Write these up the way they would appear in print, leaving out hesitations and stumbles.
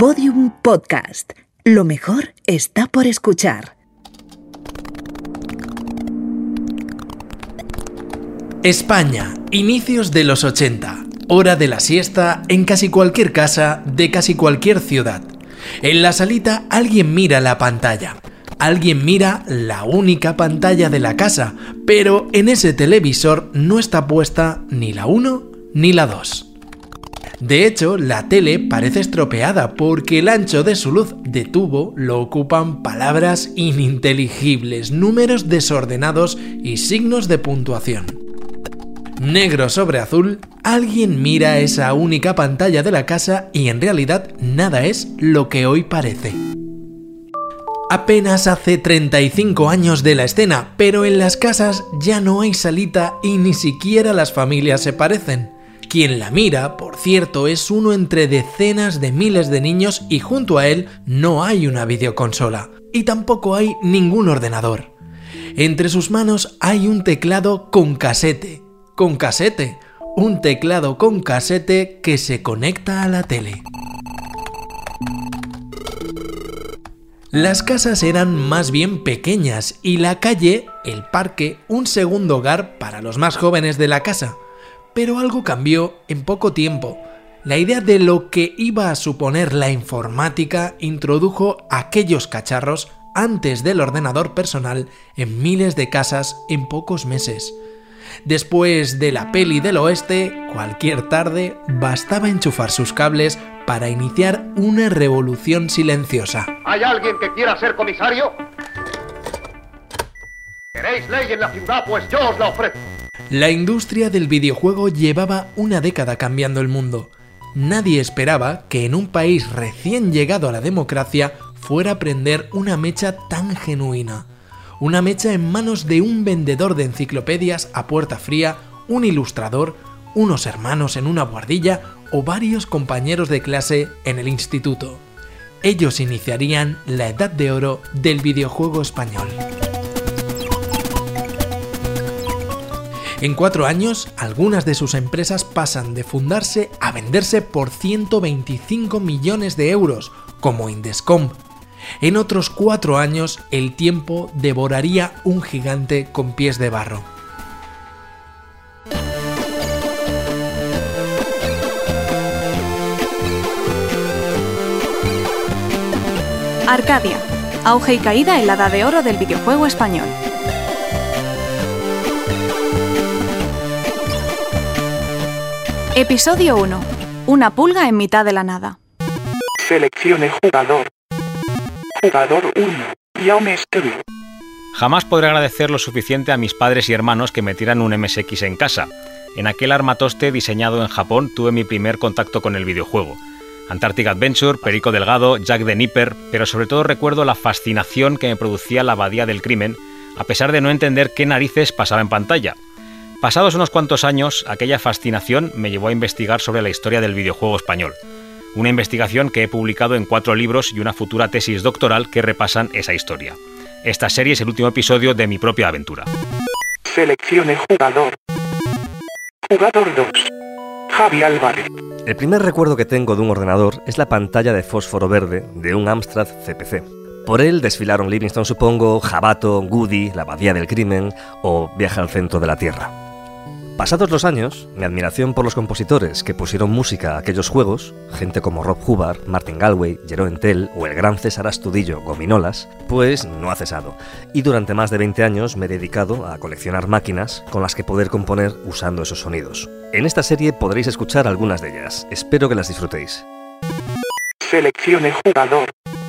Podium Podcast. Lo mejor está por escuchar. España, inicios de los 80. Hora de la siesta en casi cualquier casa de casi cualquier ciudad. En la salita alguien mira la pantalla. Alguien mira la única pantalla de la casa, pero en ese televisor no está puesta ni la 1 ni la 2. De hecho, la tele parece estropeada porque el ancho de su luz de tubo lo ocupan palabras ininteligibles, números desordenados y signos de puntuación. Negro sobre azul, alguien mira esa única pantalla de la casa y en realidad nada es lo que hoy parece. Apenas hace 35 años de la escena, pero en las casas ya no hay salita y ni siquiera las familias se parecen. Quien la mira, por cierto, es uno entre decenas de miles de niños y junto a él no hay una videoconsola y tampoco hay ningún ordenador. Entre sus manos hay un teclado con casete. Con casete, un teclado con casete que se conecta a la tele. Las casas eran más bien pequeñas y la calle, el parque, un segundo hogar para los más jóvenes de la casa. Pero algo cambió en poco tiempo. La idea de lo que iba a suponer la informática introdujo aquellos cacharros antes del ordenador personal en miles de casas en pocos meses. Después de la peli del oeste, cualquier tarde bastaba enchufar sus cables para iniciar una revolución silenciosa. ¿Hay alguien que quiera ser comisario? ¿Queréis ley en la ciudad? Pues yo os la ofrezco. La industria del videojuego llevaba una década cambiando el mundo. Nadie esperaba que en un país recién llegado a la democracia fuera a prender una mecha tan genuina. Una mecha en manos de un vendedor de enciclopedias a puerta fría, un ilustrador, unos hermanos en una buhardilla o varios compañeros de clase en el instituto. Ellos iniciarían la edad de oro del videojuego español. En 4 años, algunas de sus empresas pasan de fundarse a venderse por 125 millones de euros, como Indescom. En otros 4 años, el tiempo devoraría un gigante con pies de barro. Arcadia, auge y caída en la edad de oro del videojuego español. Episodio 1. Una pulga en mitad de la nada. Seleccione jugador. Jugador 1. Jaume Esteve. Jamás podré agradecer lo suficiente a mis padres y hermanos que me tiran un MSX en casa. En aquel armatoste diseñado en Japón tuve mi primer contacto con el videojuego. Antarctic Adventure, Perico Delgado, Jack the Nipper, pero sobre todo recuerdo la fascinación que me producía la Abadía del Crimen, a pesar de no entender qué narices pasaba en pantalla. Pasados unos cuantos años, aquella fascinación me llevó a investigar sobre la historia del videojuego español. Una investigación que he publicado en 4 libros y una futura tesis doctoral que repasan esa historia. Esta serie es el último episodio de mi propia aventura. Seleccione jugador. Jugador 2. Javi Álvarez. El primer recuerdo que tengo de un ordenador es la pantalla de fósforo verde de un Amstrad CPC. Por él desfilaron Livingstone, supongo, Jabato, Goody, la Abadía del Crimen o Viaje al centro de la Tierra. Pasados los años, mi admiración por los compositores que pusieron música a aquellos juegos, gente como Rob Hubbard, Martin Galway, Jeroen Tel o el gran César Astudillo Gominolas, pues no ha cesado. Y durante más de 20 años me he dedicado a coleccionar máquinas con las que poder componer usando esos sonidos. En esta serie podréis escuchar algunas de ellas. Espero que las disfrutéis. Seleccione jugador.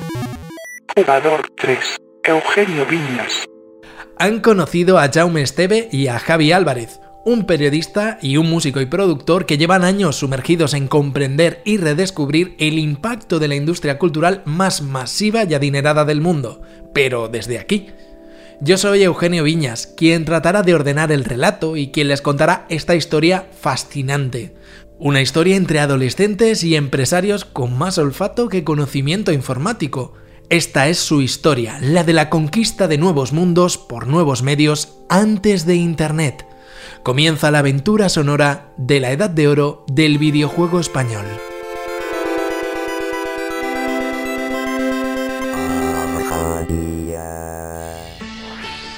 Jugador 3. Eugenio Viñas. Han conocido a Jaume Esteve y a Javi Álvarez, un periodista y un músico y productor que llevan años sumergidos en comprender y redescubrir el impacto de la industria cultural más masiva y adinerada del mundo, pero desde aquí. Yo soy Eugenio Viñas, quien tratará de ordenar el relato y quien les contará esta historia fascinante. Una historia entre adolescentes y empresarios con más olfato que conocimiento informático. Esta es su historia, la de la conquista de nuevos mundos por nuevos medios antes de Internet. Comienza la aventura sonora de la edad de oro del videojuego español.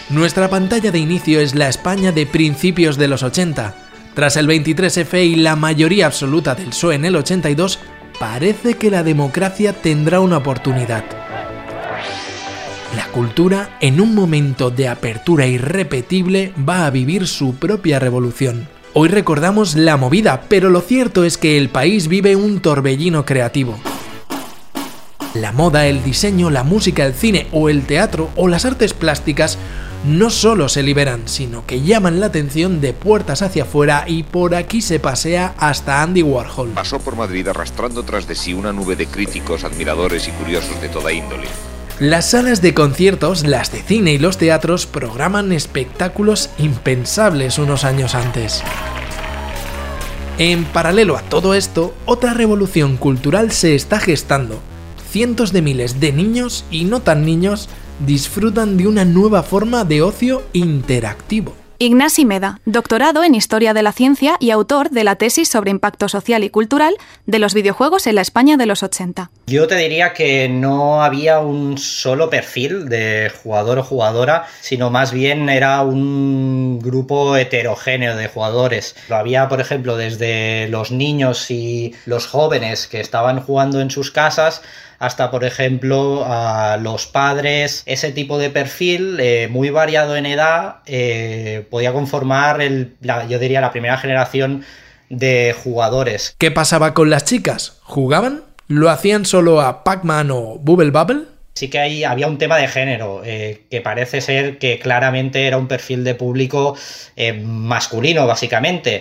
Nuestra pantalla de inicio es la España de principios de los 80. Tras el 23F y la mayoría absoluta del PSOE en el 82, parece que la democracia tendrá una oportunidad. La cultura, en un momento de apertura irrepetible, va a vivir su propia revolución. Hoy recordamos la movida, pero lo cierto es que el país vive un torbellino creativo. La moda, el diseño, la música, el cine o el teatro o las artes plásticas no solo se liberan, sino que llaman la atención de puertas hacia afuera y por aquí se pasea hasta Andy Warhol. Pasó por Madrid arrastrando tras de sí una nube de críticos, admiradores y curiosos de toda índole. Las salas de conciertos, las de cine y los teatros programan espectáculos impensables unos años antes. En paralelo a todo esto, otra revolución cultural se está gestando. Cientos de miles de niños y no tan niños disfrutan de una nueva forma de ocio interactivo. Ignasi Meda, doctorado en Historia de la Ciencia y autor de la tesis sobre impacto social y cultural de los videojuegos en la España de los 80. Yo te diría que no había un solo perfil de jugador o jugadora, sino más bien era un grupo heterogéneo de jugadores. Lo había, por ejemplo, desde los niños y los jóvenes que estaban jugando en sus casas, hasta, por ejemplo, a los padres. Ese tipo de perfil, muy variado en edad, podía conformar, yo diría, la primera generación de jugadores. ¿Qué pasaba con las chicas? ¿Jugaban? ¿Lo hacían solo a Pac-Man o Bubble Bubble? Sí que había un tema de género, que parece ser que claramente era un perfil de público masculino, básicamente.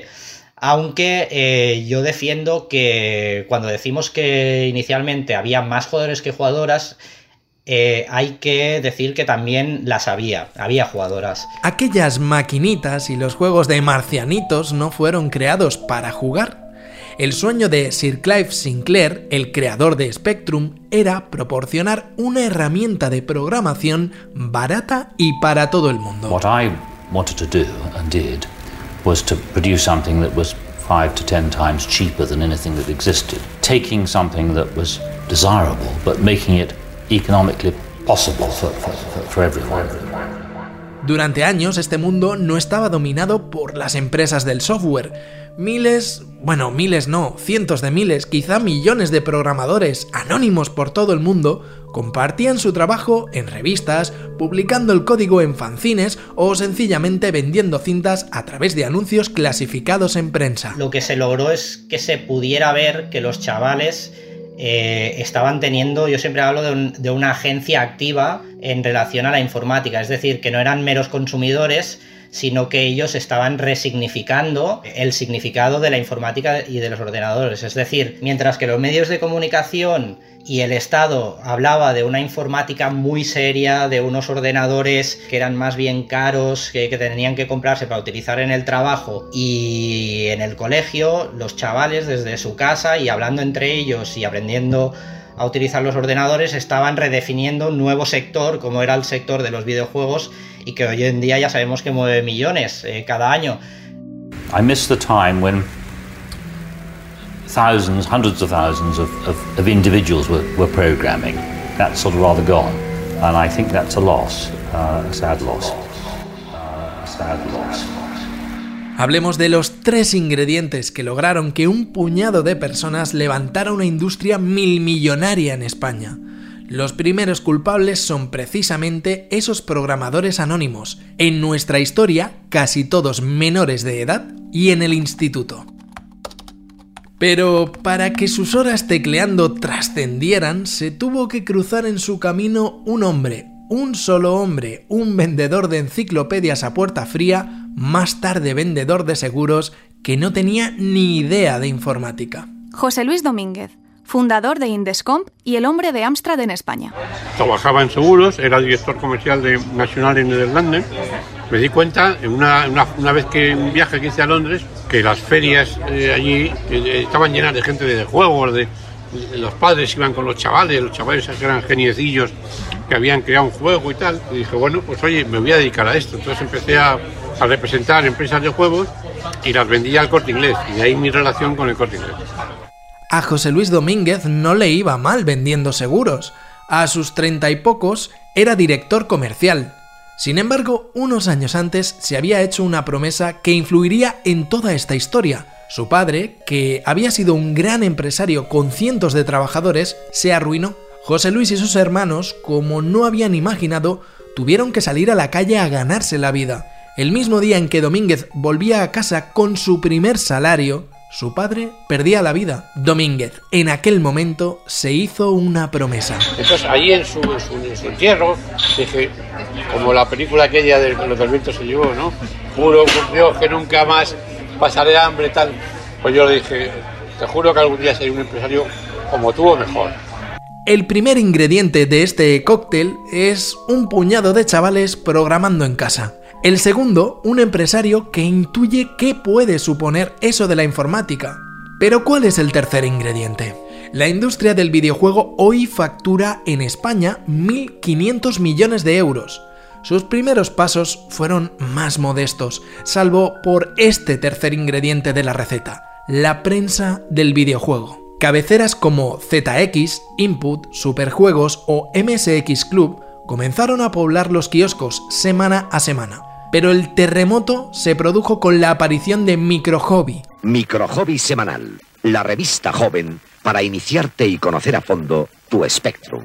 Aunque yo defiendo que cuando decimos que inicialmente había más jugadores que jugadoras, hay que decir que también las había jugadoras. Aquellas maquinitas y los juegos de marcianitos no fueron creados para jugar. El sueño de Sir Clive Sinclair, el creador de Spectrum, era proporcionar una herramienta de programación barata y para todo el mundo. What I wanted to do and did was to produce something that was 5 to 10 times cheaper than anything that existed, taking something that was desirable but making it economically possible for everyone. Durante años este mundo no estaba dominado por las empresas del software. Cientos de miles, quizá millones de programadores anónimos por todo el mundo compartían su trabajo en revistas, publicando el código en fanzines o sencillamente vendiendo cintas a través de anuncios clasificados en prensa. Lo que se logró es que se pudiera ver que los chavales estaban teniendo, yo siempre hablo de una agencia activa en relación a la informática, es decir, que no eran meros consumidores, sino que ellos estaban resignificando el significado de la informática y de los ordenadores. Es decir, mientras que los medios de comunicación y el Estado hablaba de una informática muy seria, de unos ordenadores que eran más bien caros, que tenían que comprarse para utilizar en el trabajo y en el colegio, los chavales desde su casa y hablando entre ellos y aprendiendo a utilizar los ordenadores estaban redefiniendo un nuevo sector, como era el sector de los videojuegos, y que hoy en día ya sabemos que mueve millones cada año. I miss the time when thousands, hundreds of thousands of individuals were programming. That's sort of rather gone, and I think that's a loss, a sad loss, a sad loss. Hablemos de los 3 ingredientes que lograron que un puñado de personas levantara una industria milmillonaria en España. Los primeros culpables son precisamente esos programadores anónimos, en nuestra historia casi todos menores de edad y en el instituto. Pero para que sus horas tecleando trascendieran, se tuvo que cruzar en su camino un hombre, un solo hombre, un vendedor de enciclopedias a puerta fría, más tarde vendedor de seguros, que no tenía ni idea de informática. José Luis Domínguez, fundador de Indescomp y el hombre de Amstrad en España. Trabajaba en seguros, era director comercial de Nacional en Nederlanden. Me di cuenta, una vez que un viaje que hice a Londres, que las ferias allí estaban llenas de gente de juegos, los padres iban con los chavales eran geniecillos que habían creado un juego y tal. Y dije, bueno, pues oye, me voy a dedicar a esto. Entonces empecé a representar empresas de juegos y las vendía al Corte Inglés. Y de ahí mi relación con el Corte Inglés. A José Luis Domínguez no le iba mal vendiendo seguros. A sus 30 y pocos era director comercial. Sin embargo, unos años antes se había hecho una promesa que influiría en toda esta historia. Su padre, que había sido un gran empresario con cientos de trabajadores, se arruinó. José Luis y sus hermanos, como no habían imaginado, tuvieron que salir a la calle a ganarse la vida. El mismo día en que Domínguez volvía a casa con su primer salario, su padre perdía la vida. Domínguez, en aquel momento, se hizo una promesa. Entonces, allí en su entierro, dije, como la película aquella de Los del viento se llevó, ¿no? Juro por Dios que nunca más pasaré hambre, tal. Pues yo le dije, te juro que algún día seré un empresario como tú o mejor. El primer ingrediente de este cóctel es un puñado de chavales programando en casa. El segundo, un empresario que intuye qué puede suponer eso de la informática. Pero ¿cuál es el tercer ingrediente? La industria del videojuego hoy factura en España 1.500 millones de euros. Sus primeros pasos fueron más modestos, salvo por este tercer ingrediente de la receta, la prensa del videojuego. Cabeceras como ZX, Input, Superjuegos o MSX Club comenzaron a poblar los kioscos semana a semana. Pero el terremoto se produjo con la aparición de Microhobby. Microhobby semanal, la revista joven para iniciarte y conocer a fondo tu Spectrum.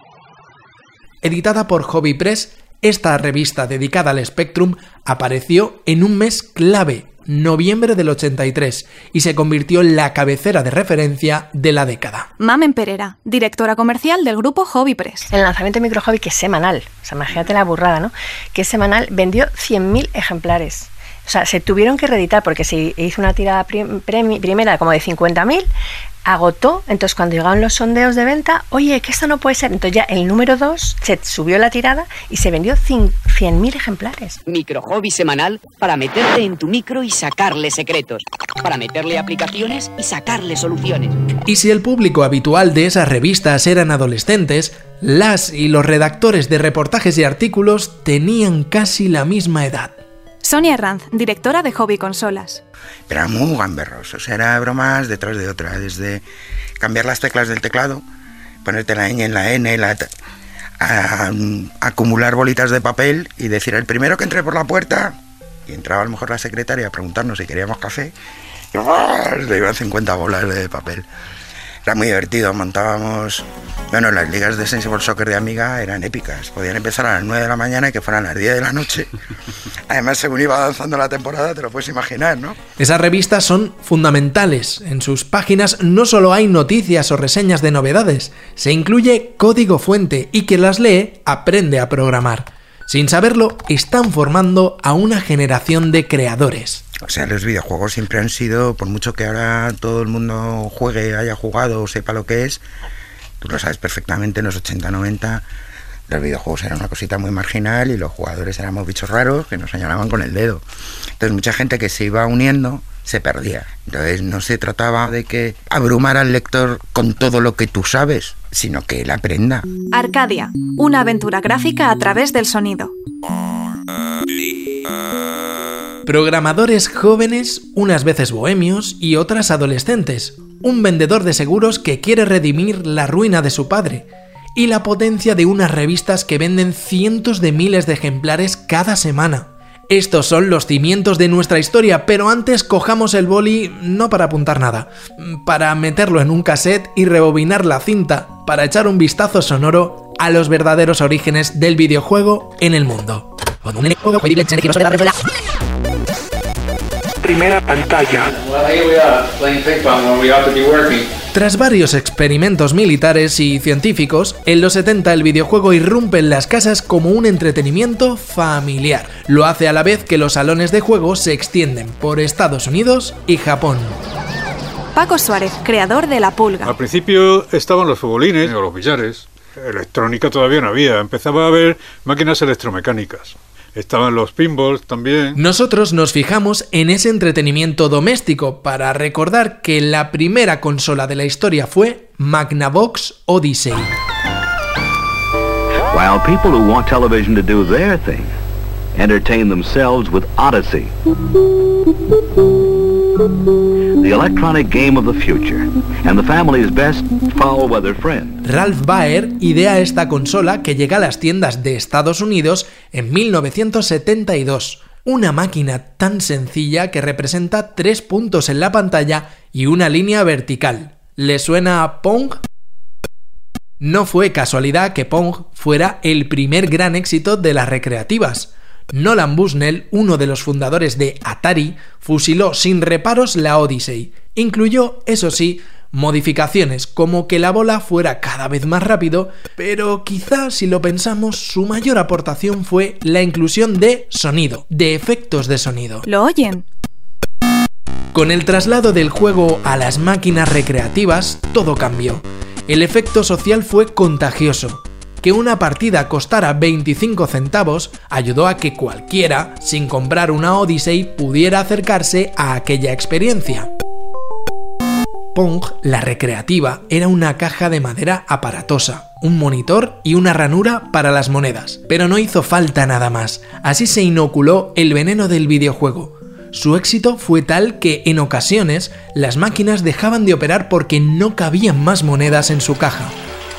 Editada por Hobby Press, esta revista dedicada al Spectrum apareció en un mes clave, noviembre del 83, y se convirtió en la cabecera de referencia de la década. Mamen Perera, directora comercial del grupo Hobby Press. El lanzamiento de Microhobby, que es semanal, o sea, imagínate la burrada, ¿no? Que es semanal, vendió 100.000 ejemplares. O sea, se tuvieron que reeditar porque se hizo una tirada primera como de 50.000, agotó, entonces cuando llegaron los sondeos de venta, oye, que esto no puede ser, entonces ya el número 2 se subió la tirada y se vendió 100.000 ejemplares. Microhobby semanal para meterte en tu micro y sacarle secretos, para meterle aplicaciones y sacarle soluciones. Y si el público habitual de esas revistas eran adolescentes, las y los redactores de reportajes y artículos tenían casi la misma edad. Sonia Herranz, directora de Hobby Consolas. Eran muy gamberros, o sea, era bromas detrás de otra, desde cambiar las teclas del teclado, ponerte la ñ en la n, acumular bolitas de papel y decir el primero que entre por la puerta, y entraba a lo mejor la secretaria a preguntarnos si queríamos café, y le iban 50 bolas de papel. Era muy divertido, montábamos... Bueno, las ligas de Sensible Soccer de Amiga eran épicas. Podían empezar a las 9 de la mañana y que fueran a las 10 de la noche. Además, según iba avanzando la temporada, te lo puedes imaginar, ¿no? Esas revistas son fundamentales. En sus páginas no solo hay noticias o reseñas de novedades, se incluye código fuente y quien las lee aprende a programar. Sin saberlo, están formando a una generación de creadores. O sea, los videojuegos siempre han sido, por mucho que ahora todo el mundo juegue, haya jugado o sepa lo que es, tú lo sabes perfectamente, en los 80-90 los videojuegos eran una cosita muy marginal y los jugadores éramos bichos raros que nos señalaban con el dedo. Entonces mucha gente que se iba uniendo se perdía. Entonces no se trataba de que abrumara al lector con todo lo que tú sabes, sino que él aprenda. Arcadia, una aventura gráfica a través del sonido. Programadores jóvenes, unas veces bohemios y otras adolescentes. Un vendedor de seguros que quiere redimir la ruina de su padre. Y la potencia de unas revistas que venden cientos de miles de ejemplares cada semana. Estos son los cimientos de nuestra historia, pero antes cojamos el boli no para apuntar nada, para meterlo en un cassette y rebobinar la cinta, para echar un vistazo sonoro a los verdaderos orígenes del videojuego en el mundo. Primera pantalla. Tras varios experimentos militares y científicos, en los 70 el videojuego irrumpe en las casas como un entretenimiento familiar. Lo hace a la vez que los salones de juego se extienden por Estados Unidos y Japón. Paco Suárez, creador de La Pulga. Al principio estaban los futbolines o los billares. Electrónica todavía no había. Empezaba a haber máquinas electromecánicas. Estaban los pinballs también. Nosotros nos fijamos en ese entretenimiento doméstico para recordar que la primera consola de la historia fue Magnavox Odyssey. While people who want television to do their thing entertain themselves with Odyssey. The electronic game of the future, and the family's best foul-weather friend. Ralph Baer idea esta consola que llega a las tiendas de Estados Unidos en 1972. Una máquina tan sencilla que representa 3 puntos en la pantalla y una línea vertical. ¿Le suena a Pong? No fue casualidad que Pong fuera el primer gran éxito de las recreativas. Nolan Bushnell, uno de los fundadores de Atari, fusiló sin reparos la Odyssey. Incluyó, eso sí, modificaciones como que la bola fuera cada vez más rápido, pero quizá si lo pensamos, su mayor aportación fue la inclusión de sonido, de efectos de sonido. ¿Lo oyen? Con el traslado del juego a las máquinas recreativas, todo cambió. El efecto social fue contagioso. Que una partida costara 25 centavos ayudó a que cualquiera, sin comprar una Odyssey, pudiera acercarse a aquella experiencia. Pong, la recreativa, era una caja de madera aparatosa, un monitor y una ranura para las monedas, pero no hizo falta nada más. Así se inoculó el veneno del videojuego. Su éxito fue tal que, en ocasiones, las máquinas dejaban de operar porque no cabían más monedas en su caja.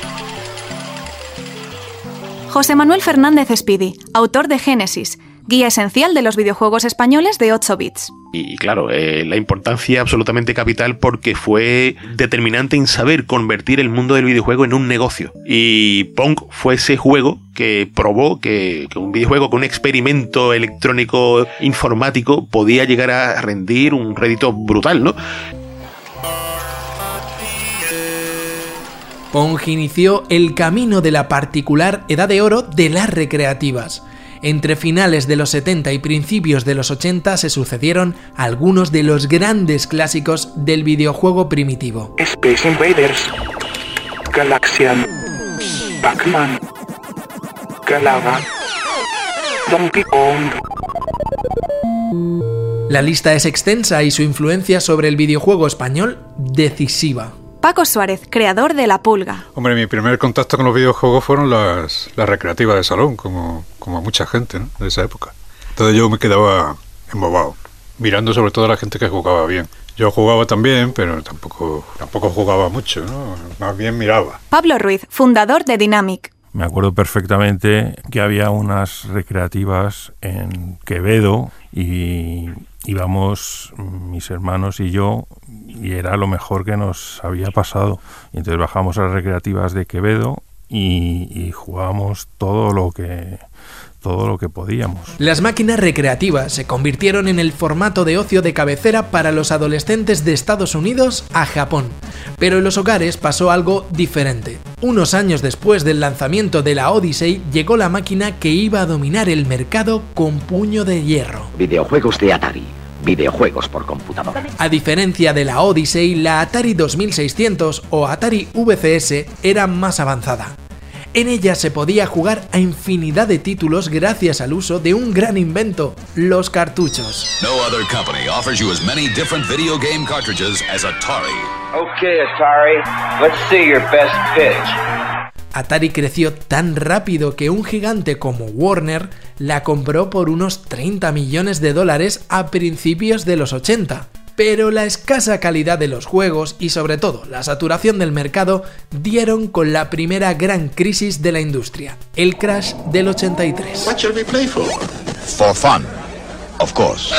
José Manuel Fernández Speedy, autor de Génesis, guía esencial de los videojuegos españoles de 8 bits. Y claro, la importancia absolutamente capital porque fue determinante en saber convertir el mundo del videojuego en un negocio. Y Pong fue ese juego que probó que un videojuego, que un experimento electrónico informático podía llegar a rendir un rédito brutal, ¿no? Pong inició el camino de la particular edad de oro de las recreativas. Entre finales de los 70 y principios de los 80 se sucedieron algunos de los grandes clásicos del videojuego primitivo. Space Invaders, Galaxian, Pac-Man, Galaga, Donkey Kong. La lista es extensa y su influencia sobre el videojuego español decisiva. Paco Suárez, creador de La Pulga. Hombre, mi primer contacto con los videojuegos fueron las recreativas de salón, como mucha gente, ¿no?, de esa época. Entonces yo me quedaba embobado, mirando sobre todo a la gente que jugaba bien. Yo jugaba también, pero tampoco jugaba mucho, ¿no? Más bien miraba. Pablo Ruiz, fundador de Dynamic. Me acuerdo perfectamente que había unas recreativas en Quevedo y íbamos mis hermanos y yo, y era lo mejor que nos había pasado. Y entonces bajamos a las recreativas de Quevedo y jugábamos todo lo que podíamos. Las máquinas recreativas se convirtieron en el formato de ocio de cabecera para los adolescentes de Estados Unidos a Japón. Pero en los hogares pasó algo diferente. Unos años después del lanzamiento de la Odyssey, llegó la máquina que iba a dominar el mercado con puño de hierro. Videojuegos de Atari. Videojuegos por computador. A diferencia de la Odyssey, la Atari 2600 o Atari VCS era más avanzada. En ella se podía jugar a infinidad de títulos gracias al uso de un gran invento, los cartuchos. No other company offers you as many different video game cartridges as Atari. Okay, Atari, let's see your best pitch. Atari creció tan rápido que un gigante como Warner la compró por unos $30 millones a principios de los 80. Pero la escasa calidad de los juegos y sobre todo la saturación del mercado dieron con la primera gran crisis de la industria, el crash del 83. What should we play for? For fun, of course.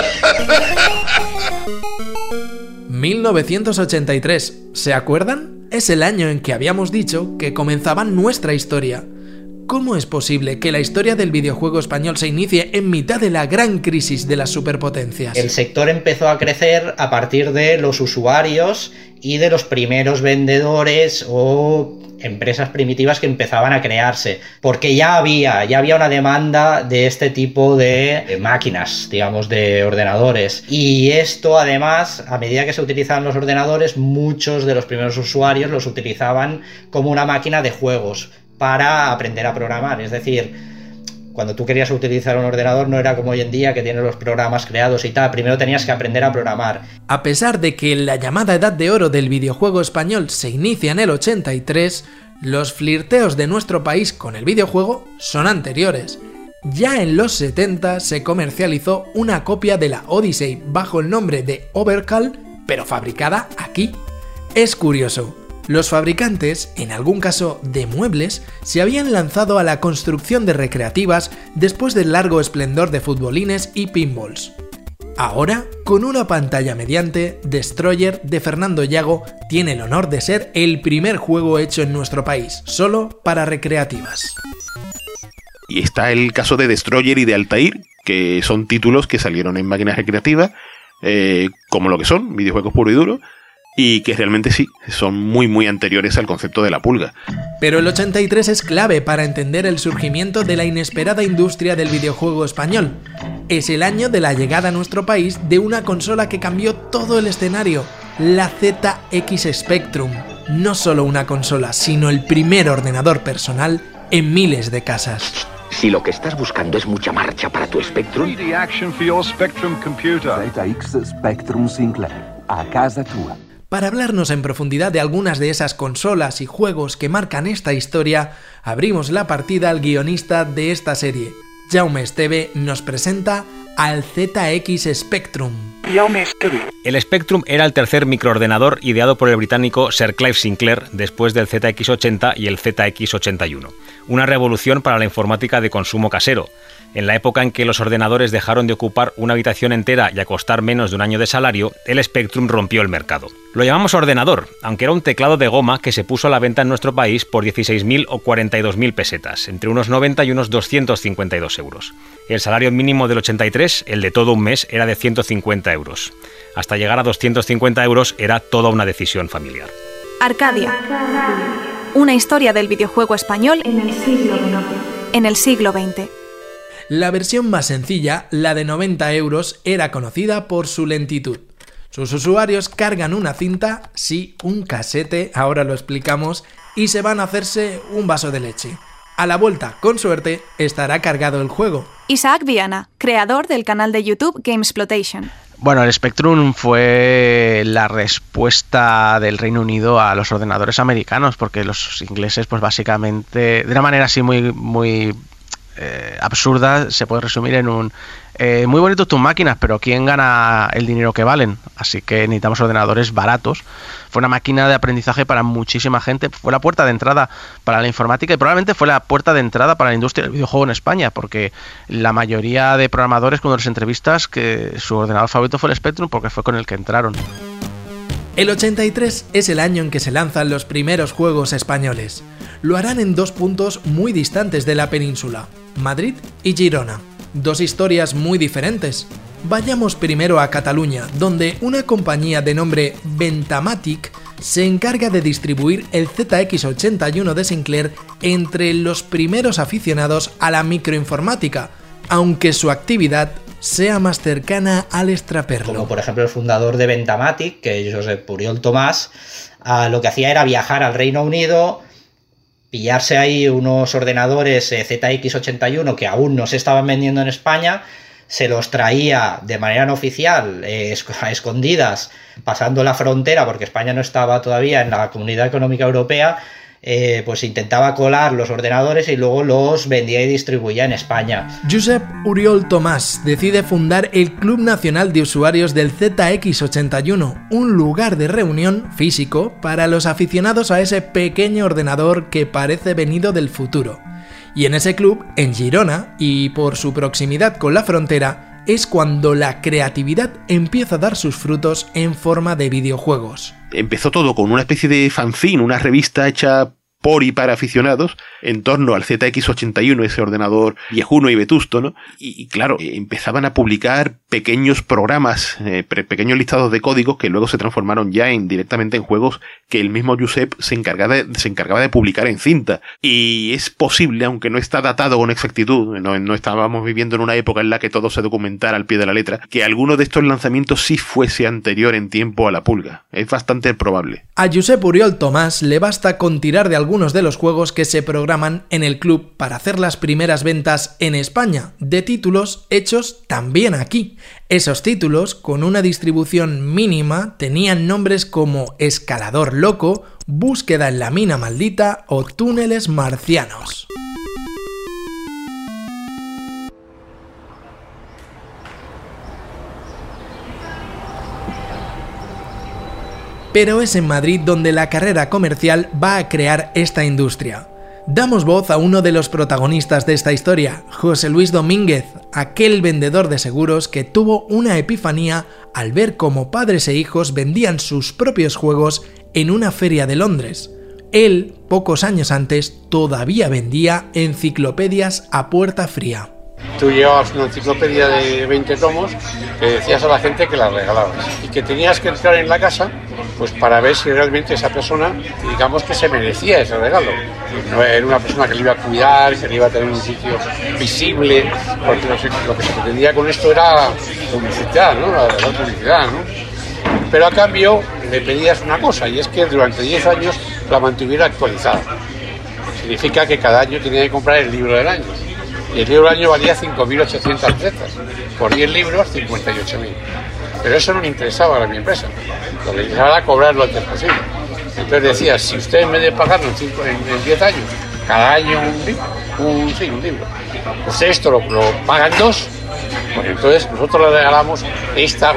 1983, ¿se acuerdan? Es el año en que habíamos dicho que comenzaba nuestra historia. ¿Cómo es posible que la historia del videojuego español se inicie en mitad de la gran crisis de las superpotencias? El sector empezó a crecer a partir de los usuarios y de los primeros vendedores o empresas primitivas que empezaban a crearse, porque ya había una demanda de este tipo de máquinas, digamos, de ordenadores. Y esto, además, a medida que se utilizaban los ordenadores, muchos de los primeros usuarios los utilizaban como una máquina de juegos para aprender a programar. Es decir, cuando tú querías utilizar un ordenador no era como hoy en día que tienes los programas creados y tal, primero tenías que aprender a programar. A pesar de que la llamada edad de oro del videojuego español se inicia en el 83, los flirteos de nuestro país con el videojuego son anteriores. Ya en los 70 se comercializó una copia de la Odyssey bajo el nombre de Overkill, pero fabricada aquí. Es curioso, los fabricantes, en algún caso de muebles, se habían lanzado a la construcción de recreativas después del largo esplendor de futbolines y pinballs. Ahora, con una pantalla mediante, Destroyer de Fernando Yago tiene el honor de ser el primer juego hecho en nuestro país, solo para recreativas. Y está el caso de Destroyer y de Altair, que son títulos que salieron en máquinas recreativas, como lo que son, videojuegos puro y duro, y que realmente sí, son muy anteriores al concepto de la pulga. Pero el 83 es clave para entender el surgimiento de la inesperada industria del videojuego español. Es el año de la llegada a nuestro país de una consola que cambió todo el escenario, la ZX Spectrum. No solo una consola, sino el primer ordenador personal en miles de casas. Si lo que estás buscando es mucha marcha para tu Spectrum, ZX Spectrum Sinclair, a casa tua. Para hablarnos en profundidad de algunas de esas consolas y juegos que marcan esta historia, abrimos la partida al guionista de esta serie. Jaume Esteve nos presenta al ZX Spectrum. El Spectrum era el tercer microordenador ideado por el británico Sir Clive Sinclair después del ZX80 y el ZX81. Una revolución para la informática de consumo casero. En la época en que los ordenadores dejaron de ocupar una habitación entera y a costar menos de un año de salario, el Spectrum rompió el mercado. Lo llamamos ordenador, aunque era un teclado de goma que se puso a la venta en nuestro país por 16.000 o 42.000 pesetas, entre unos 90 y unos 252 euros. El salario mínimo del 83, el de todo un mes, era de 150 euros. Hasta llegar a 250 euros era toda una decisión familiar. Arcadia. Una historia del videojuego español en el siglo XX. La versión más sencilla, la de 90 euros, era conocida por su lentitud. Sus usuarios cargan una cinta, sí, un casete, ahora lo explicamos, y se van a hacerse un vaso de leche. A la vuelta, con suerte, estará cargado el juego. Isaac Viana, creador del canal de YouTube Gamesploitation. Bueno, el Spectrum fue la respuesta del Reino Unido a los ordenadores americanos, porque los ingleses, pues básicamente, de una manera así muy absurda, se puede resumir en un muy bonitos tus máquinas, pero ¿quién gana el dinero que valen? Así que necesitamos ordenadores baratos. Fue una máquina de aprendizaje para muchísima gente, fue la puerta de entrada para la informática y probablemente fue la puerta de entrada para la industria del videojuego en España, porque la mayoría de programadores, cuando les entrevistas, que su ordenador favorito fue el Spectrum porque fue con el que entraron. El 83 es el año en que se lanzan los primeros juegos españoles. Lo harán en dos puntos muy distantes de la península, Madrid y Girona. Dos historias muy diferentes. Vayamos primero a Cataluña, donde una compañía de nombre Ventamatic se encarga de distribuir el ZX81 de Sinclair entre los primeros aficionados a la microinformática, aunque su actividad sea más cercana al extraperlo. Como por ejemplo el fundador de Ventamatic, que es Josep Puriol Tomàs, lo que hacía era viajar al Reino Unido, pillarse ahí unos ordenadores ZX81 que aún no se estaban vendiendo en España, se los traía de manera no oficial, a escondidas, pasando la frontera, porque España no estaba todavía en la Comunidad Económica Europea, pues intentaba colar los ordenadores y luego los vendía y distribuía en España. Josep Oriol Tomàs decide fundar el Club Nacional de Usuarios del ZX81, un lugar de reunión físico para los aficionados a ese pequeño ordenador que parece venido del futuro. Y en ese club, en Girona, y por su proximidad con la frontera, es cuando la creatividad empieza a dar sus frutos en forma de videojuegos. Empezó todo con una especie de fanzine, una revista hecha por y para aficionados en torno al ZX81, ese ordenador viejuno y vetusto, ¿no? Y claro, empezaban a publicar pequeños programas, pequeños listados de códigos que luego se transformaron ya directamente en juegos que el mismo Josep se encargaba de publicar en cinta. Y es posible, aunque no está datado con exactitud, no estábamos viviendo en una época en la que todo se documentara al pie de la letra, que alguno de estos lanzamientos sí fuese anterior en tiempo a la pulga. Es bastante probable. A Josep Oriol Tomàs le basta con tirar de algunos de los juegos que se programan en el club para hacer las primeras ventas en España, de títulos hechos también aquí. Esos títulos, con una distribución mínima, tenían nombres como Escalador Loco, Búsqueda en la Mina Maldita o Túneles Marcianos. Pero es en Madrid donde la carrera comercial va a crear esta industria. Damos voz a uno de los protagonistas de esta historia, José Luis Domínguez, aquel vendedor de seguros que tuvo una epifanía al ver cómo padres e hijos vendían sus propios juegos en una feria de Londres. Él, pocos años antes, todavía vendía enciclopedias a puerta fría. Tú llevabas una enciclopedia de 20 tomos que decías a la gente que la regalabas y que tenías que entrar en la casa pues para ver si realmente esa persona, digamos, que se merecía ese regalo. No era una persona que le iba a cuidar, que le iba a tener un sitio visible, porque lo que se pretendía con esto era publicidad, ¿no? La publicidad, ¿no? Pero a cambio le pedías una cosa, y es que durante 10 años la mantuviera actualizada. Significa que cada año tenía que comprar el libro del año. Y el libro del año valía 5.800 pesetas. Por 10 libros, 58.000. Pero eso no le interesaba a mi empresa. Lo que le interesaba era cobrar lo antes posible. Entonces decía, si usted en vez de pagarlo en 10 años, cada año un libro, pues esto lo pagan 2, pues entonces nosotros le regalamos esta,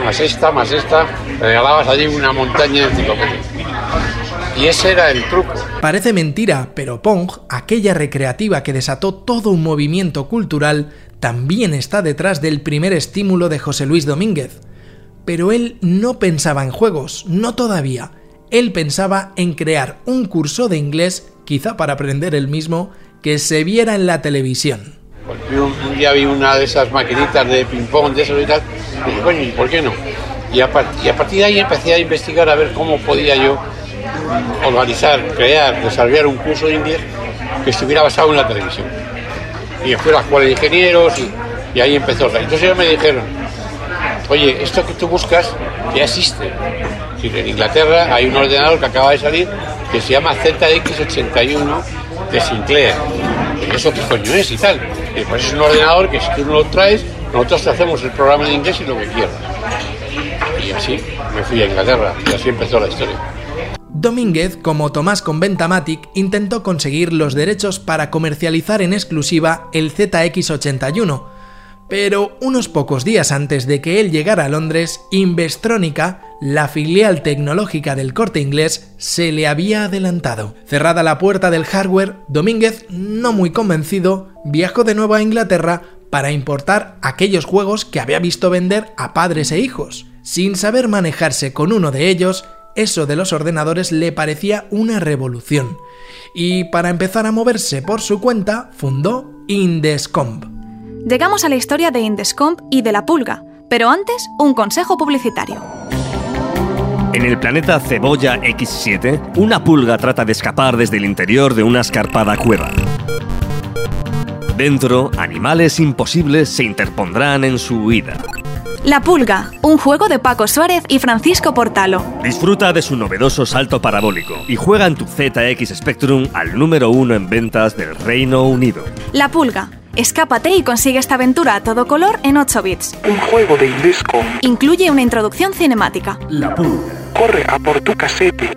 le regalabas allí una montaña de enciclopedias. Y ese era el truco. Parece mentira, pero Pong, aquella recreativa que desató todo un movimiento cultural, también está detrás del primer estímulo de José Luis Domínguez. Pero él no pensaba en juegos, no todavía. Él pensaba en crear un curso de inglés, quizá para aprender el mismo, que se viera en la televisión. Un día vi una de esas maquinitas de ping-pong, de eso y tal, y dije, coño, ¿y por qué no? Y a partir de ahí empecé a investigar a ver cómo podía yo organizar, crear, desarrollar un curso de inglés que estuviera basado en la televisión. Y fui a la escuela de ingenieros y ahí empezó. Entonces ellos me dijeron, oye, esto que tú buscas ya existe. En Inglaterra hay un ordenador que acaba de salir que se llama ZX81 de Sinclair. ¿Y eso qué coño es y tal? Y pues es un ordenador que si tú no lo traes, nosotros te hacemos el programa de inglés y lo que quieras. Y así me fui a Inglaterra y así empezó la historia. Domínguez, como Tomás con Ventamatic, intentó conseguir los derechos para comercializar en exclusiva el ZX81, pero unos pocos días antes de que él llegara a Londres, Investronica, la filial tecnológica del Corte Inglés, se le había adelantado. Cerrada la puerta del hardware, Domínguez, no muy convencido, viajó de nuevo a Inglaterra para importar aquellos juegos que había visto vender a padres e hijos. Sin saber manejarse con uno de ellos, eso de los ordenadores le parecía una revolución. Y para empezar a moverse por su cuenta, fundó Indescomp. Llegamos a la historia de Indescomp y de La Pulga, pero antes un consejo publicitario. En el planeta Cebolla X7, una pulga trata de escapar desde el interior de una escarpada cueva. Dentro, animales imposibles se interpondrán en su huida. La Pulga, un juego de Paco Suárez y Francisco Portalo. Disfruta de su novedoso salto parabólico y juega en tu ZX Spectrum al número 1 en ventas del Reino Unido. La Pulga. Escápate y consigue esta aventura a todo color en 8 bits. Un juego de Indescomp. Incluye una introducción cinemática. La Pulga. Corre a por tu casete.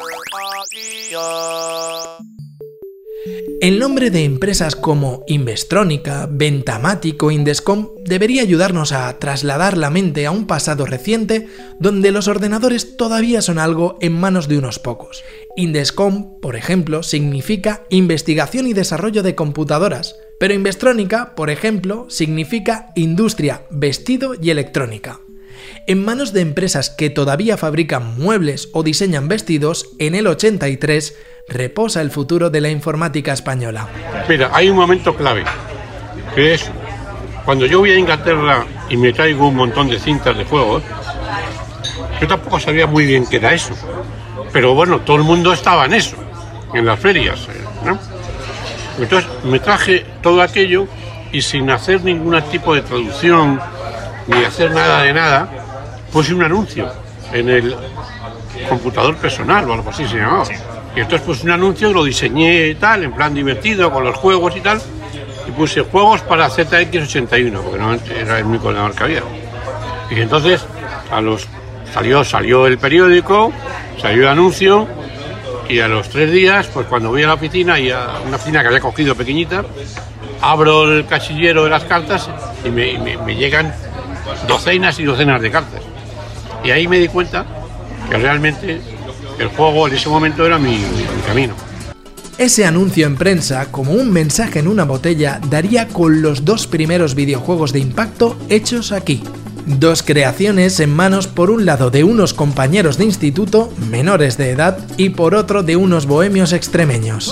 El nombre de empresas como Investronica, Ventamatic o Indescomp debería ayudarnos a trasladar la mente a un pasado reciente donde los ordenadores todavía son algo en manos de unos pocos. Indescomp, por ejemplo, significa investigación y desarrollo de computadoras, pero Investronica, por ejemplo, significa industria, vestido y electrónica. En manos de empresas que todavía fabrican muebles o diseñan vestidos, en el 83 reposa el futuro de la informática española. Mira, hay un momento clave, que es cuando yo voy a Inglaterra y me traigo un montón de cintas de juegos. Yo tampoco sabía muy bien qué era eso, pero bueno, todo el mundo estaba en eso, en las ferias, ¿no? Entonces me traje todo aquello y sin hacer ningún tipo de traducción ni hacer nada de nada, puse un anuncio en el computador personal o algo así se llamaba. Y entonces puse un anuncio, lo diseñé tal, en plan divertido, con los juegos y tal, y puse juegos para ZX81, porque no era el único ordenador que había. Y entonces salió el periódico, salió el anuncio, y a los 3 días, pues cuando voy a la oficina, y a una oficina que había cogido pequeñita, abro el cachillero de las cartas y me llegan docenas y docenas de cartas. Y ahí me di cuenta que realmente el juego en ese momento era mi camino. Ese anuncio en prensa, como un mensaje en una botella, daría con los 2 primeros videojuegos de impacto hechos aquí. 2 creaciones en manos por un lado de unos compañeros de instituto, menores de edad, y por otro de unos bohemios extremeños.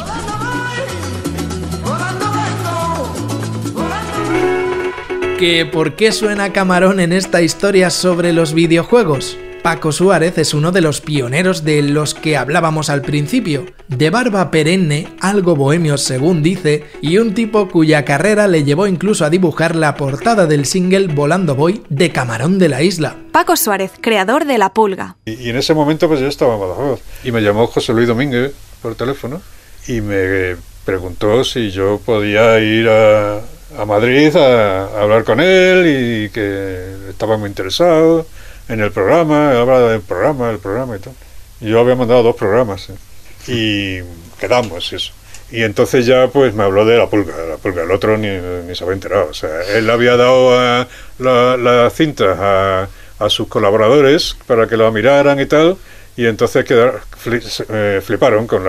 ¿Que por qué suena Camarón en esta historia sobre los videojuegos? Paco Suárez es uno de los pioneros de los que hablábamos al principio, de barba perenne, algo bohemio según dice, y un tipo cuya carrera le llevó incluso a dibujar la portada del single Volando Voy de Camarón de la Isla. Paco Suárez, creador de La Pulga. Y en ese momento pues yo estaba en Badajoz y me llamó José Luis Domínguez por teléfono y me preguntó si yo podía ir a Madrid a hablar con él y que estaba muy interesado en el programa, hablaba del programa y tal. Yo había mandado 2 programas y quedamos eso. Y entonces ya pues me habló de la pulga, el otro ni se había enterado. O sea, él había dado la cinta a sus colaboradores para que la miraran y tal, y entonces fliparon con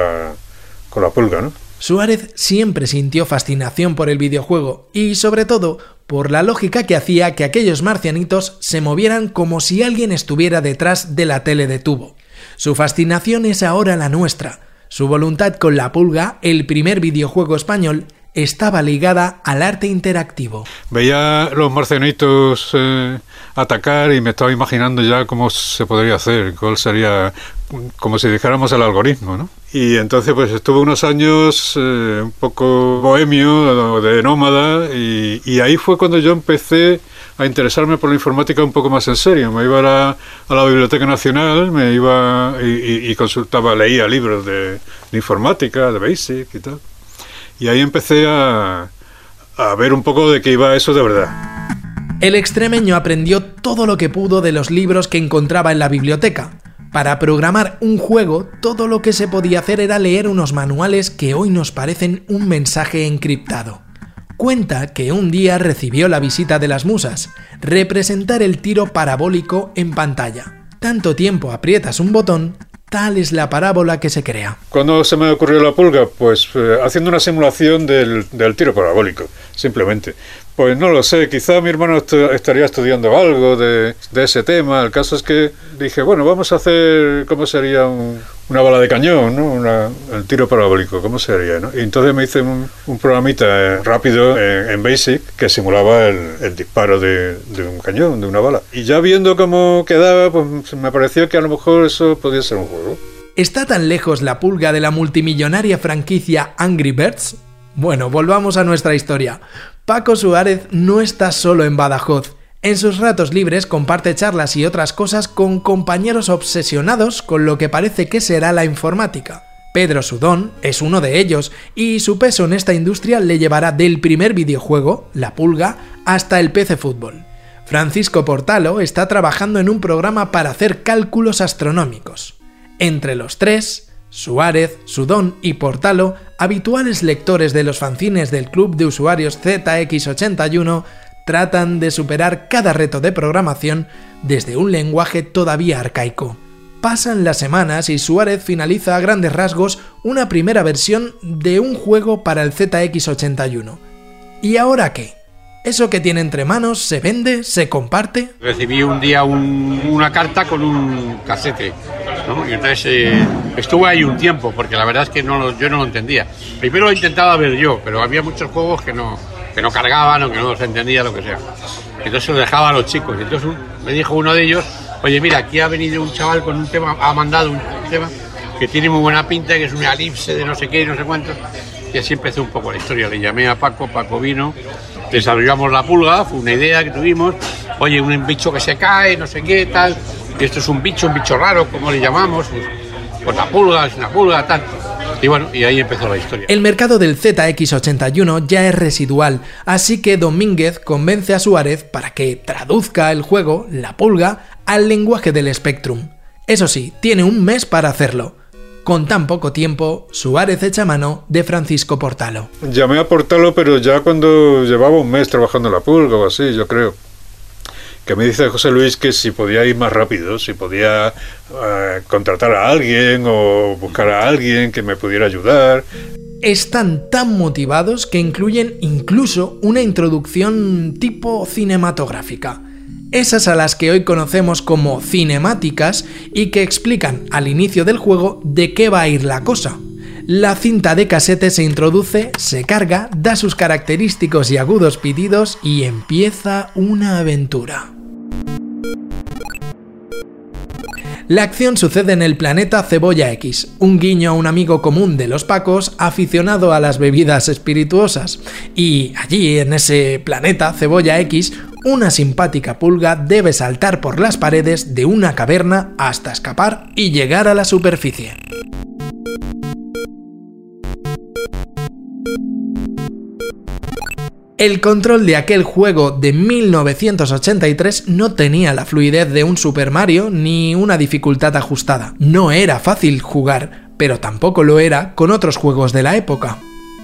la pulga, ¿no? Suárez siempre sintió fascinación por el videojuego y, sobre todo, por la lógica que hacía que aquellos marcianitos se movieran como si alguien estuviera detrás de la tele de tubo. Su fascinación es ahora la nuestra. Su voluntad con La Pulga, el primer videojuego español, estaba ligada al arte interactivo. Veía los marcianitos atacar y me estaba imaginando ya cómo se podría hacer, cuál sería, como si dijéramos, el algoritmo, ¿no? Y entonces pues estuve unos años un poco bohemio, de nómada, y ahí fue cuando yo empecé a interesarme por la informática un poco más en serio. Me iba a la Biblioteca Nacional, me iba y consultaba, leía libros de informática, de Basic y tal. Y ahí empecé a ver un poco de qué iba eso de verdad. El extremeño aprendió todo lo que pudo de los libros que encontraba en la biblioteca. Para programar un juego, todo lo que se podía hacer era leer unos manuales que hoy nos parecen un mensaje encriptado. Cuenta que un día recibió la visita de las musas, representar el tiro parabólico en pantalla. Tanto tiempo aprietas un botón, tal es la parábola que se crea. ¿Cuándo se me ocurrió la pulga? Pues haciendo una simulación del tiro parabólico, simplemente. Pues no lo sé, quizá mi hermano estaría estudiando algo de ese tema. El caso es que dije, bueno, vamos a hacer cómo sería una bala de cañón, ¿no? El tiro parabólico, ¿cómo sería, no? Y entonces me hice un programita rápido en Basic que simulaba el disparo de un cañón, de una bala. Y ya viendo cómo quedaba, pues me pareció que a lo mejor eso podía ser un juego. ¿Está tan lejos La Pulga de la multimillonaria franquicia Angry Birds? Bueno, volvamos a nuestra historia. Paco Suárez no está solo en Badajoz. En sus ratos libres comparte charlas y otras cosas con compañeros obsesionados con lo que parece que será la informática. Pedro Sudón es uno de ellos, y su peso en esta industria le llevará del primer videojuego, La Pulga, hasta el PC Fútbol. Francisco Portalo está trabajando en un programa para hacer cálculos astronómicos. Entre los tres, Suárez, Sudón y Portalo, habituales lectores de los fanzines del club de usuarios ZX81, tratan de superar cada reto de programación desde un lenguaje todavía arcaico. Pasan las semanas y Suárez finaliza a grandes rasgos una primera versión de un juego para el ZX81. ¿Y ahora qué? ¿Eso que tiene entre manos se vende, se comparte? Recibí un día una carta con un casete, ¿no? Y entonces estuve ahí un tiempo, porque la verdad es que yo no lo entendía. Primero lo intentaba ver yo, pero había muchos juegos que no cargaban o que no los entendía, lo que sea. Entonces lo dejaba a los chicos. Y entonces me dijo uno de ellos, oye, mira, aquí ha venido un chaval con un tema, ha mandado un tema que tiene muy buena pinta, que es una elipse de no sé qué y no sé cuánto. Y así empezó un poco la historia. Le llamé a Paco vino, desarrollamos La Pulga, fue una idea que tuvimos. Oye, un bicho que se cae, no sé qué, tal. Y esto es un bicho raro, ¿cómo le llamamos? Pues La Pulga, es una pulga, tal. Y bueno, y ahí empezó la historia. El mercado del ZX81 ya es residual, así que Domínguez convence a Suárez para que traduzca el juego, La Pulga, al lenguaje del Spectrum. Eso sí, tiene un mes para hacerlo. Con tan poco tiempo, Suárez echa mano de Francisco Portalo. Llamé a Portalo, pero ya cuando llevaba un mes trabajando en La Pulga o así, yo creo. que me dice José Luis que si podía ir más rápido, si podía contratar a alguien o buscar a alguien que me pudiera ayudar. Están tan motivados que incluyen incluso una introducción tipo cinematográfica. Esas a las que hoy conocemos como cinemáticas y que explican al inicio del juego de qué va a ir la cosa. La cinta de casete se introduce, se carga, da sus característicos y agudos pitidos y empieza una aventura. La acción sucede en el planeta Cebolla X, un guiño a un amigo común de los Pacos aficionado a las bebidas espirituosas. Y allí, en ese planeta Cebolla X, una simpática pulga debe saltar por las paredes de una caverna hasta escapar y llegar a la superficie. El control de aquel juego de 1983 no tenía la fluidez de un Super Mario ni una dificultad ajustada. No era fácil jugar, pero tampoco lo era con otros juegos de la época.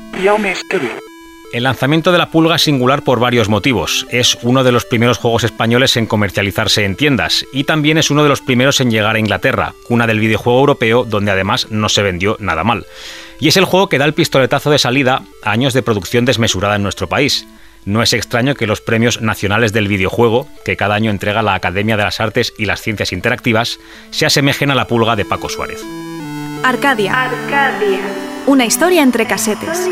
El lanzamiento de la pulga es singular por varios motivos. Es uno de los primeros juegos españoles en comercializarse en tiendas y también es uno de los primeros en llegar a Inglaterra, cuna del videojuego europeo donde además no se vendió nada mal. Y es el juego que da el pistoletazo de salida a años de producción desmesurada en nuestro país. No es extraño que los premios nacionales del videojuego, que cada año entrega la Academia de las Artes y las Ciencias Interactivas, se asemejen a la pulga de Paco Suárez. Arcadia. Una historia entre casetes.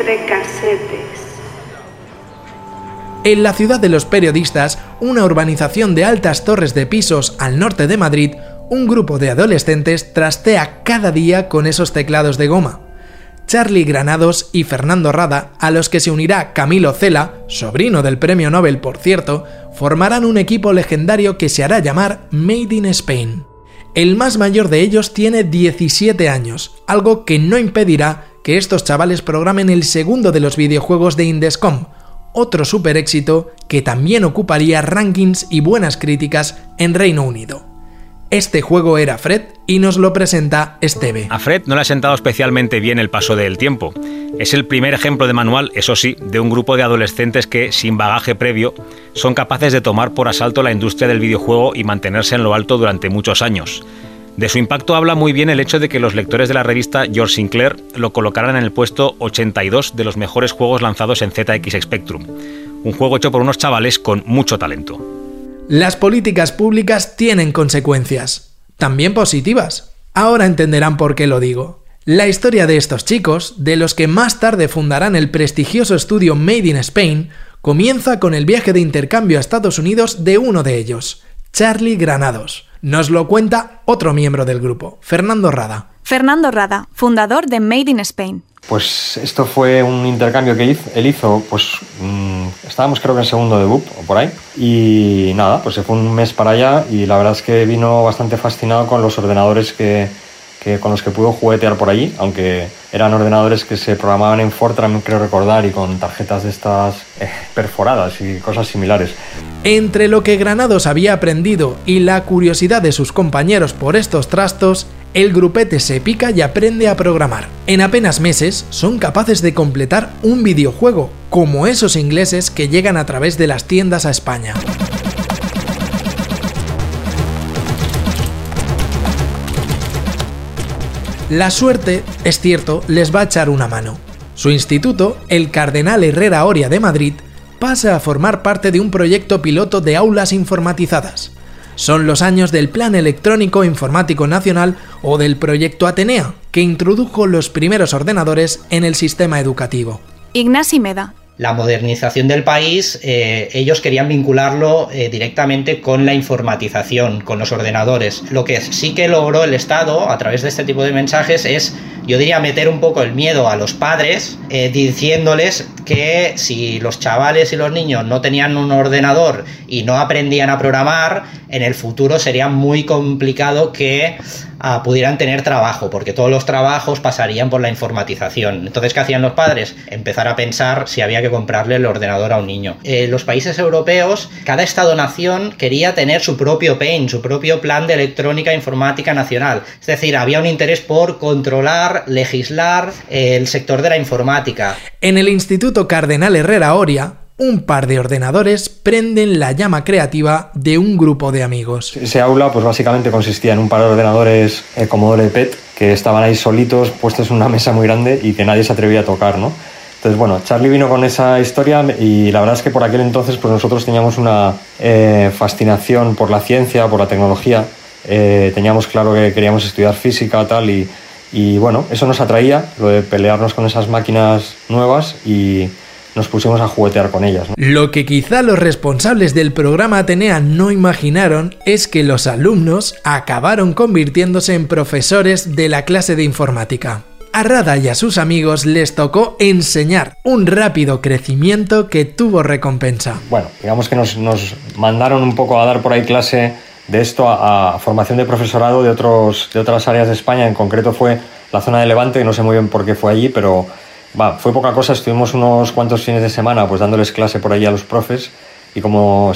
En la ciudad de los periodistas, una urbanización de altas torres de pisos al norte de Madrid, un grupo de adolescentes trastea cada día con esos teclados de goma. Charlie Granados y Fernando Rada, a los que se unirá Camilo Cela, sobrino del premio Nobel por cierto, formarán un equipo legendario que se hará llamar Made in Spain. El más mayor de ellos tiene 17 años, algo que no impedirá que estos chavales programen el segundo de los videojuegos de Indescom, otro super éxito que también ocuparía rankings y buenas críticas en Reino Unido. Este juego era Fred y nos lo presenta Esteve. A Fred no le ha sentado especialmente bien el paso del tiempo. Es el primer ejemplo de manual, eso sí, de un grupo de adolescentes que, sin bagaje previo, son capaces de tomar por asalto la industria del videojuego y mantenerse en lo alto durante muchos años. De su impacto habla muy bien el hecho de que los lectores de la revista George Sinclair lo colocaran en el puesto 82 de los mejores juegos lanzados en ZX Spectrum. Un juego hecho por unos chavales con mucho talento. Las políticas públicas tienen consecuencias, también positivas. Ahora entenderán por qué lo digo. La historia de estos chicos, de los que más tarde fundarán el prestigioso estudio Made in Spain, comienza con el viaje de intercambio a Estados Unidos de uno de ellos, Charlie Granados. Nos lo cuenta otro miembro del grupo, Fernando Rada. Fernando Rada, fundador de Made in Spain. Pues esto fue un intercambio que él hizo, estábamos creo que en segundo de BUP o por ahí, y nada, pues se fue un mes para allá y la verdad es que vino bastante fascinado con los ordenadores con los que pudo juguetear por allí, aunque eran ordenadores que se programaban en Fortran, creo recordar, y con tarjetas de estas perforadas y cosas similares. Entre lo que Granados había aprendido y la curiosidad de sus compañeros por estos trastos, el grupete se pica y aprende a programar. En apenas meses son capaces de completar un videojuego, como esos ingleses que llegan a través de las tiendas a España. La suerte, es cierto, les va a echar una mano. Su instituto, el Cardenal Herrera Oria de Madrid, pasa a formar parte de un proyecto piloto de aulas informatizadas. Son los años del Plan Electrónico Informático Nacional o del Proyecto Atenea, que introdujo los primeros ordenadores en el sistema educativo. Ignasi Meda. La modernización del país, ellos querían vincularlo directamente con la informatización, con los ordenadores. Lo que sí que logró el Estado, a través de este tipo de mensajes, es, yo diría, meter un poco el miedo a los padres, diciéndoles que si los chavales y los niños no tenían un ordenador y no aprendían a programar, en el futuro sería muy complicado que pudieran tener trabajo, porque todos los trabajos pasarían por la informatización. Entonces, ¿qué hacían los padres? Empezar a pensar si había que comprarle el ordenador a un niño. Los países europeos, cada estado-nación quería tener su propio PEN, su propio plan de electrónica informática nacional. Es decir, había un interés por controlar, legislar el sector de la informática. En el Instituto Cardenal Herrera Oria, un par de ordenadores prenden la llama creativa de un grupo de amigos. Ese aula pues básicamente consistía en un par de ordenadores Commodore PET que estaban ahí solitos, puestos en una mesa muy grande y que nadie se atrevía a tocar, ¿no? Entonces, bueno, Charlie vino con esa historia y la verdad es que por aquel entonces pues nosotros teníamos una fascinación por la ciencia, por la tecnología. Teníamos claro que queríamos estudiar física tal y bueno, eso nos atraía, lo de pelearnos con esas máquinas nuevas y nos pusimos a juguetear con ellas, ¿no? Lo que quizá los responsables del programa Atenea no imaginaron es que los alumnos acabaron convirtiéndose en profesores de la clase de informática. A Rada y a sus amigos les tocó enseñar, un rápido crecimiento que tuvo recompensa. Bueno, digamos que nos mandaron un poco a dar por ahí clase de esto a formación de profesorado de otras áreas de España. En concreto fue la zona de Levante, no sé muy bien por qué fue allí, pero fue poca cosa. Estuvimos unos cuantos fines de semana pues dándoles clase por allí a los profes y como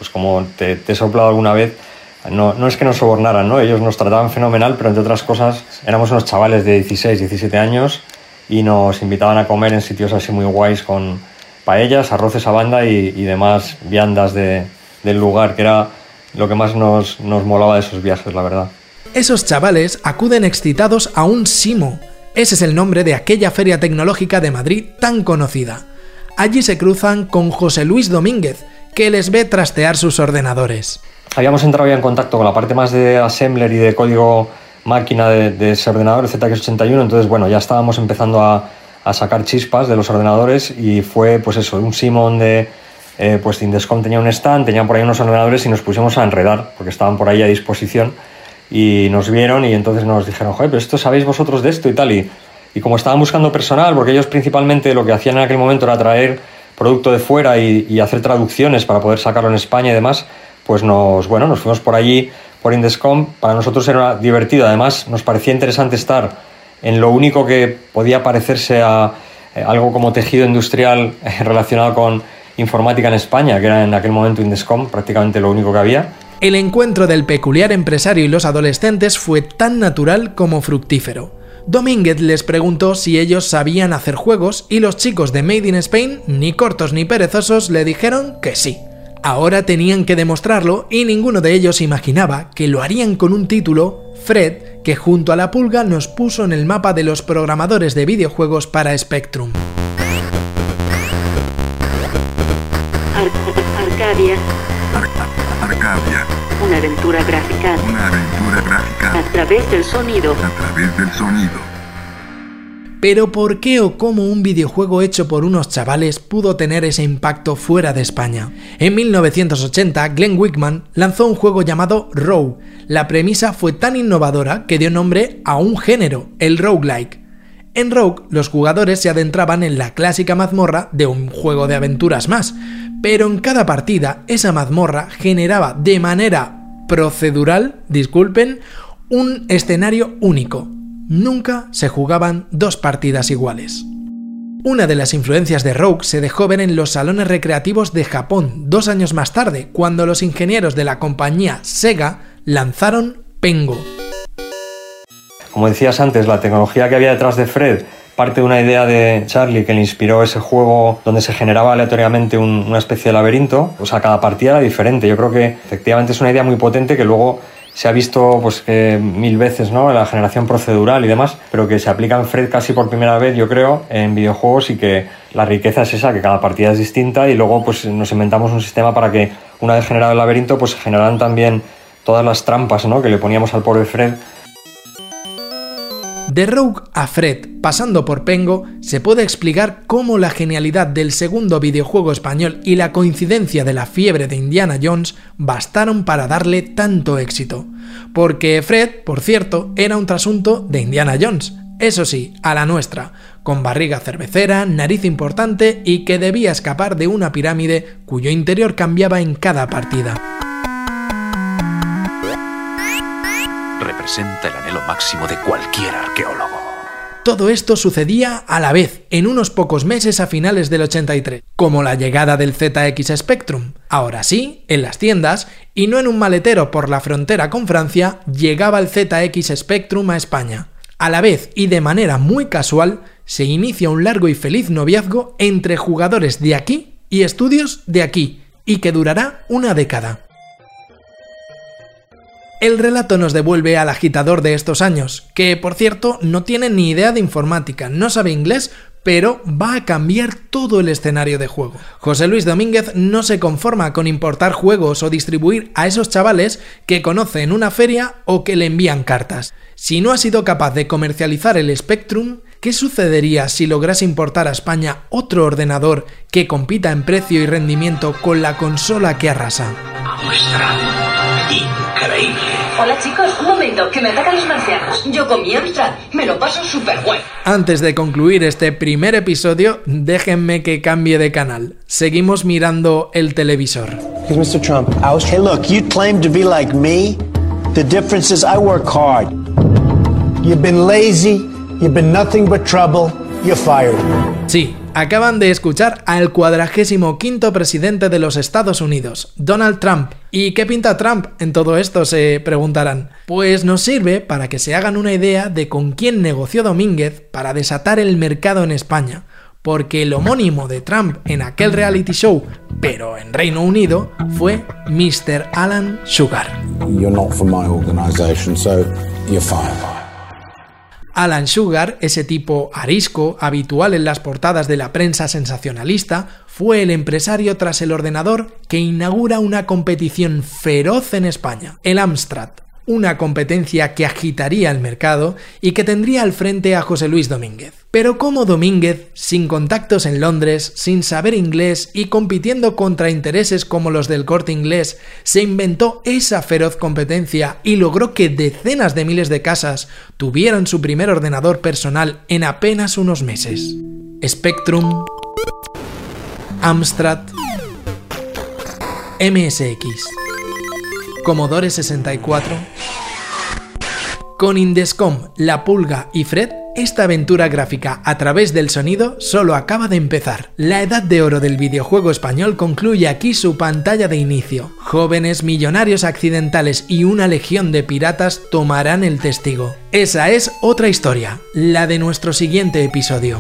te he soplado alguna vez, no es que nos sobornaran, ¿no? Ellos nos trataban fenomenal, pero entre otras cosas éramos unos chavales de 16, 17 años y nos invitaban a comer en sitios así muy guays con paellas, arroces a banda y demás viandas del lugar, que era lo que más nos molaba de esos viajes, la verdad. Esos chavales acuden excitados a un SIMO. Ese es el nombre de aquella feria tecnológica de Madrid tan conocida. Allí se cruzan con José Luis Domínguez, que les ve trastear sus ordenadores. Habíamos entrado ya en contacto con la parte más de assembler y de código máquina de ese ordenador, el ZX81, entonces bueno, ya estábamos empezando a sacar chispas de los ordenadores y fue pues eso, un SIMO donde pues Indescom tenía un stand, tenía por ahí unos ordenadores y nos pusimos a enredar porque estaban por ahí a disposición y nos vieron y entonces nos dijeron, joder, pero esto sabéis vosotros de esto y tal, y como estaban buscando personal, porque ellos principalmente lo que hacían en aquel momento era traer producto de fuera y hacer traducciones para poder sacarlo en España y demás, pues nos fuimos por allí, por Indescom. Para nosotros era divertido, además nos parecía interesante estar en lo único que podía parecerse a algo como tejido industrial relacionado con informática en España, que era en aquel momento Indescom, prácticamente lo único que había. El encuentro del peculiar empresario y los adolescentes fue tan natural como fructífero. Domínguez les preguntó si ellos sabían hacer juegos y los chicos de Made in Spain, ni cortos ni perezosos, le dijeron que sí. Ahora tenían que demostrarlo y ninguno de ellos imaginaba que lo harían con un título, Fred, que junto a la pulga nos puso en el mapa de los programadores de videojuegos para Spectrum. Arcadia. Una aventura gráfica. A través del sonido. Pero ¿por qué o cómo un videojuego hecho por unos chavales pudo tener ese impacto fuera de España? En 1980, Glenn Wickman lanzó un juego llamado Rogue. La premisa fue tan innovadora que dio nombre a un género, el roguelike. En Rogue, los jugadores se adentraban en la clásica mazmorra de un juego de aventuras más, pero en cada partida esa mazmorra generaba de manera procedural, un escenario único. Nunca se jugaban dos partidas iguales. Una de las influencias de Rogue se dejó ver en los salones recreativos de Japón 2 años más tarde, cuando los ingenieros de la compañía Sega lanzaron Pengo. Como decías antes, la tecnología que había detrás de Fred parte de una idea de Charlie que le inspiró ese juego donde se generaba aleatoriamente una especie de laberinto. O sea, cada partida era diferente. Yo creo que efectivamente es una idea muy potente que luego se ha visto pues mil veces, ¿no?, en la generación procedural y demás, pero que se aplica en Fred casi por primera vez, yo creo, en videojuegos, y que la riqueza es esa, que cada partida es distinta, y luego pues nos inventamos un sistema para que una vez generado el laberinto pues se generaran también todas las trampas, ¿no?, que le poníamos al pobre Fred. De Rogue a Fred, pasando por Pengo, se puede explicar cómo la genialidad del segundo videojuego español y la coincidencia de la fiebre de Indiana Jones bastaron para darle tanto éxito. Porque Fred, por cierto, era un trasunto de Indiana Jones, eso sí, a la nuestra, con barriga cervecera, nariz importante y que debía escapar de una pirámide cuyo interior cambiaba en cada partida. Representa el anhelo máximo de cualquier arqueólogo. Todo esto sucedía a la vez, en unos pocos meses a finales del 83, como la llegada del ZX Spectrum. Ahora sí, en las tiendas, y no en un maletero por la frontera con Francia, llegaba el ZX Spectrum a España. A la vez, y de manera muy casual, se inicia un largo y feliz noviazgo entre jugadores de aquí y estudios de aquí, y que durará una década. El relato nos devuelve al agitador de estos años, que por cierto no tiene ni idea de informática, no sabe inglés, pero va a cambiar todo el escenario de juego. José Luis Domínguez no se conforma con importar juegos o distribuir a esos chavales que conoce en una feria o que le envían cartas. Si no ha sido capaz de comercializar el Spectrum, ¿qué sucedería si lograse importar a España otro ordenador que compita en precio y rendimiento con la consola que arrasa? Increíble. Hola chicos, un momento, que me atacan los marcianos. Yo con mi Amstrad me lo paso súper bueno. Antes de concluir este primer episodio, déjenme que cambie de canal. Seguimos mirando el televisor. Here's Mr. Trump. Hey look, you claim to be like me. The difference is I work hard. You've been lazy, you've been nothing but trouble, you're fired. Sí, acaban de escuchar al 45º presidente de los Estados Unidos, Donald Trump. ¿Y qué pinta Trump en todo esto?, se preguntarán. Pues nos sirve para que se hagan una idea de con quién negoció Domínguez para desatar el mercado en España, porque el homónimo de Trump en aquel reality show, pero en Reino Unido, fue Mr. Alan Sugar. You're not from my organization, so you're fired. Alan Sugar, ese tipo arisco, habitual en las portadas de la prensa sensacionalista, fue el empresario tras el ordenador que inaugura una competición feroz en España, el Amstrad, una competencia que agitaría el mercado y que tendría al frente a José Luis Domínguez. Pero ¿cómo Domínguez, sin contactos en Londres, sin saber inglés y compitiendo contra intereses como los del Corte Inglés, se inventó esa feroz competencia y logró que decenas de miles de casas tuvieran su primer ordenador personal en apenas unos meses? Spectrum, Amstrad, MSX, Commodore 64... Con Indescom, La Pulga y Fred, esta aventura gráfica a través del sonido solo acaba de empezar. La edad de oro del videojuego español concluye aquí su pantalla de inicio. Jóvenes, millonarios accidentales y una legión de piratas tomarán el testigo. Esa es otra historia, la de nuestro siguiente episodio.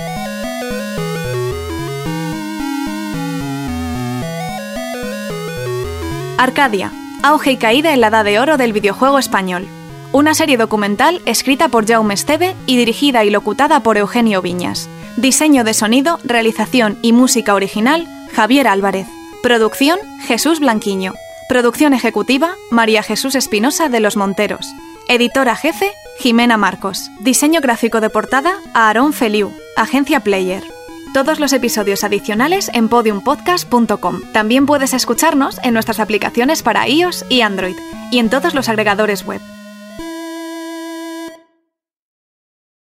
Arcadia, auge y caída en la edad de oro del videojuego español. Una serie documental escrita por Jaume Esteve y dirigida y locutada por Eugenio Viñas. Diseño de sonido, realización y música original, Javier Álvarez. Producción, Jesús Blanquiño. Producción ejecutiva, María Jesús Espinosa de los Monteros. Editora jefe, Jimena Marcos. Diseño gráfico de portada, Aarón Feliu, Agencia Player. Todos los episodios adicionales en podiumpodcast.com. También puedes escucharnos en nuestras aplicaciones para iOS y Android y en todos los agregadores web.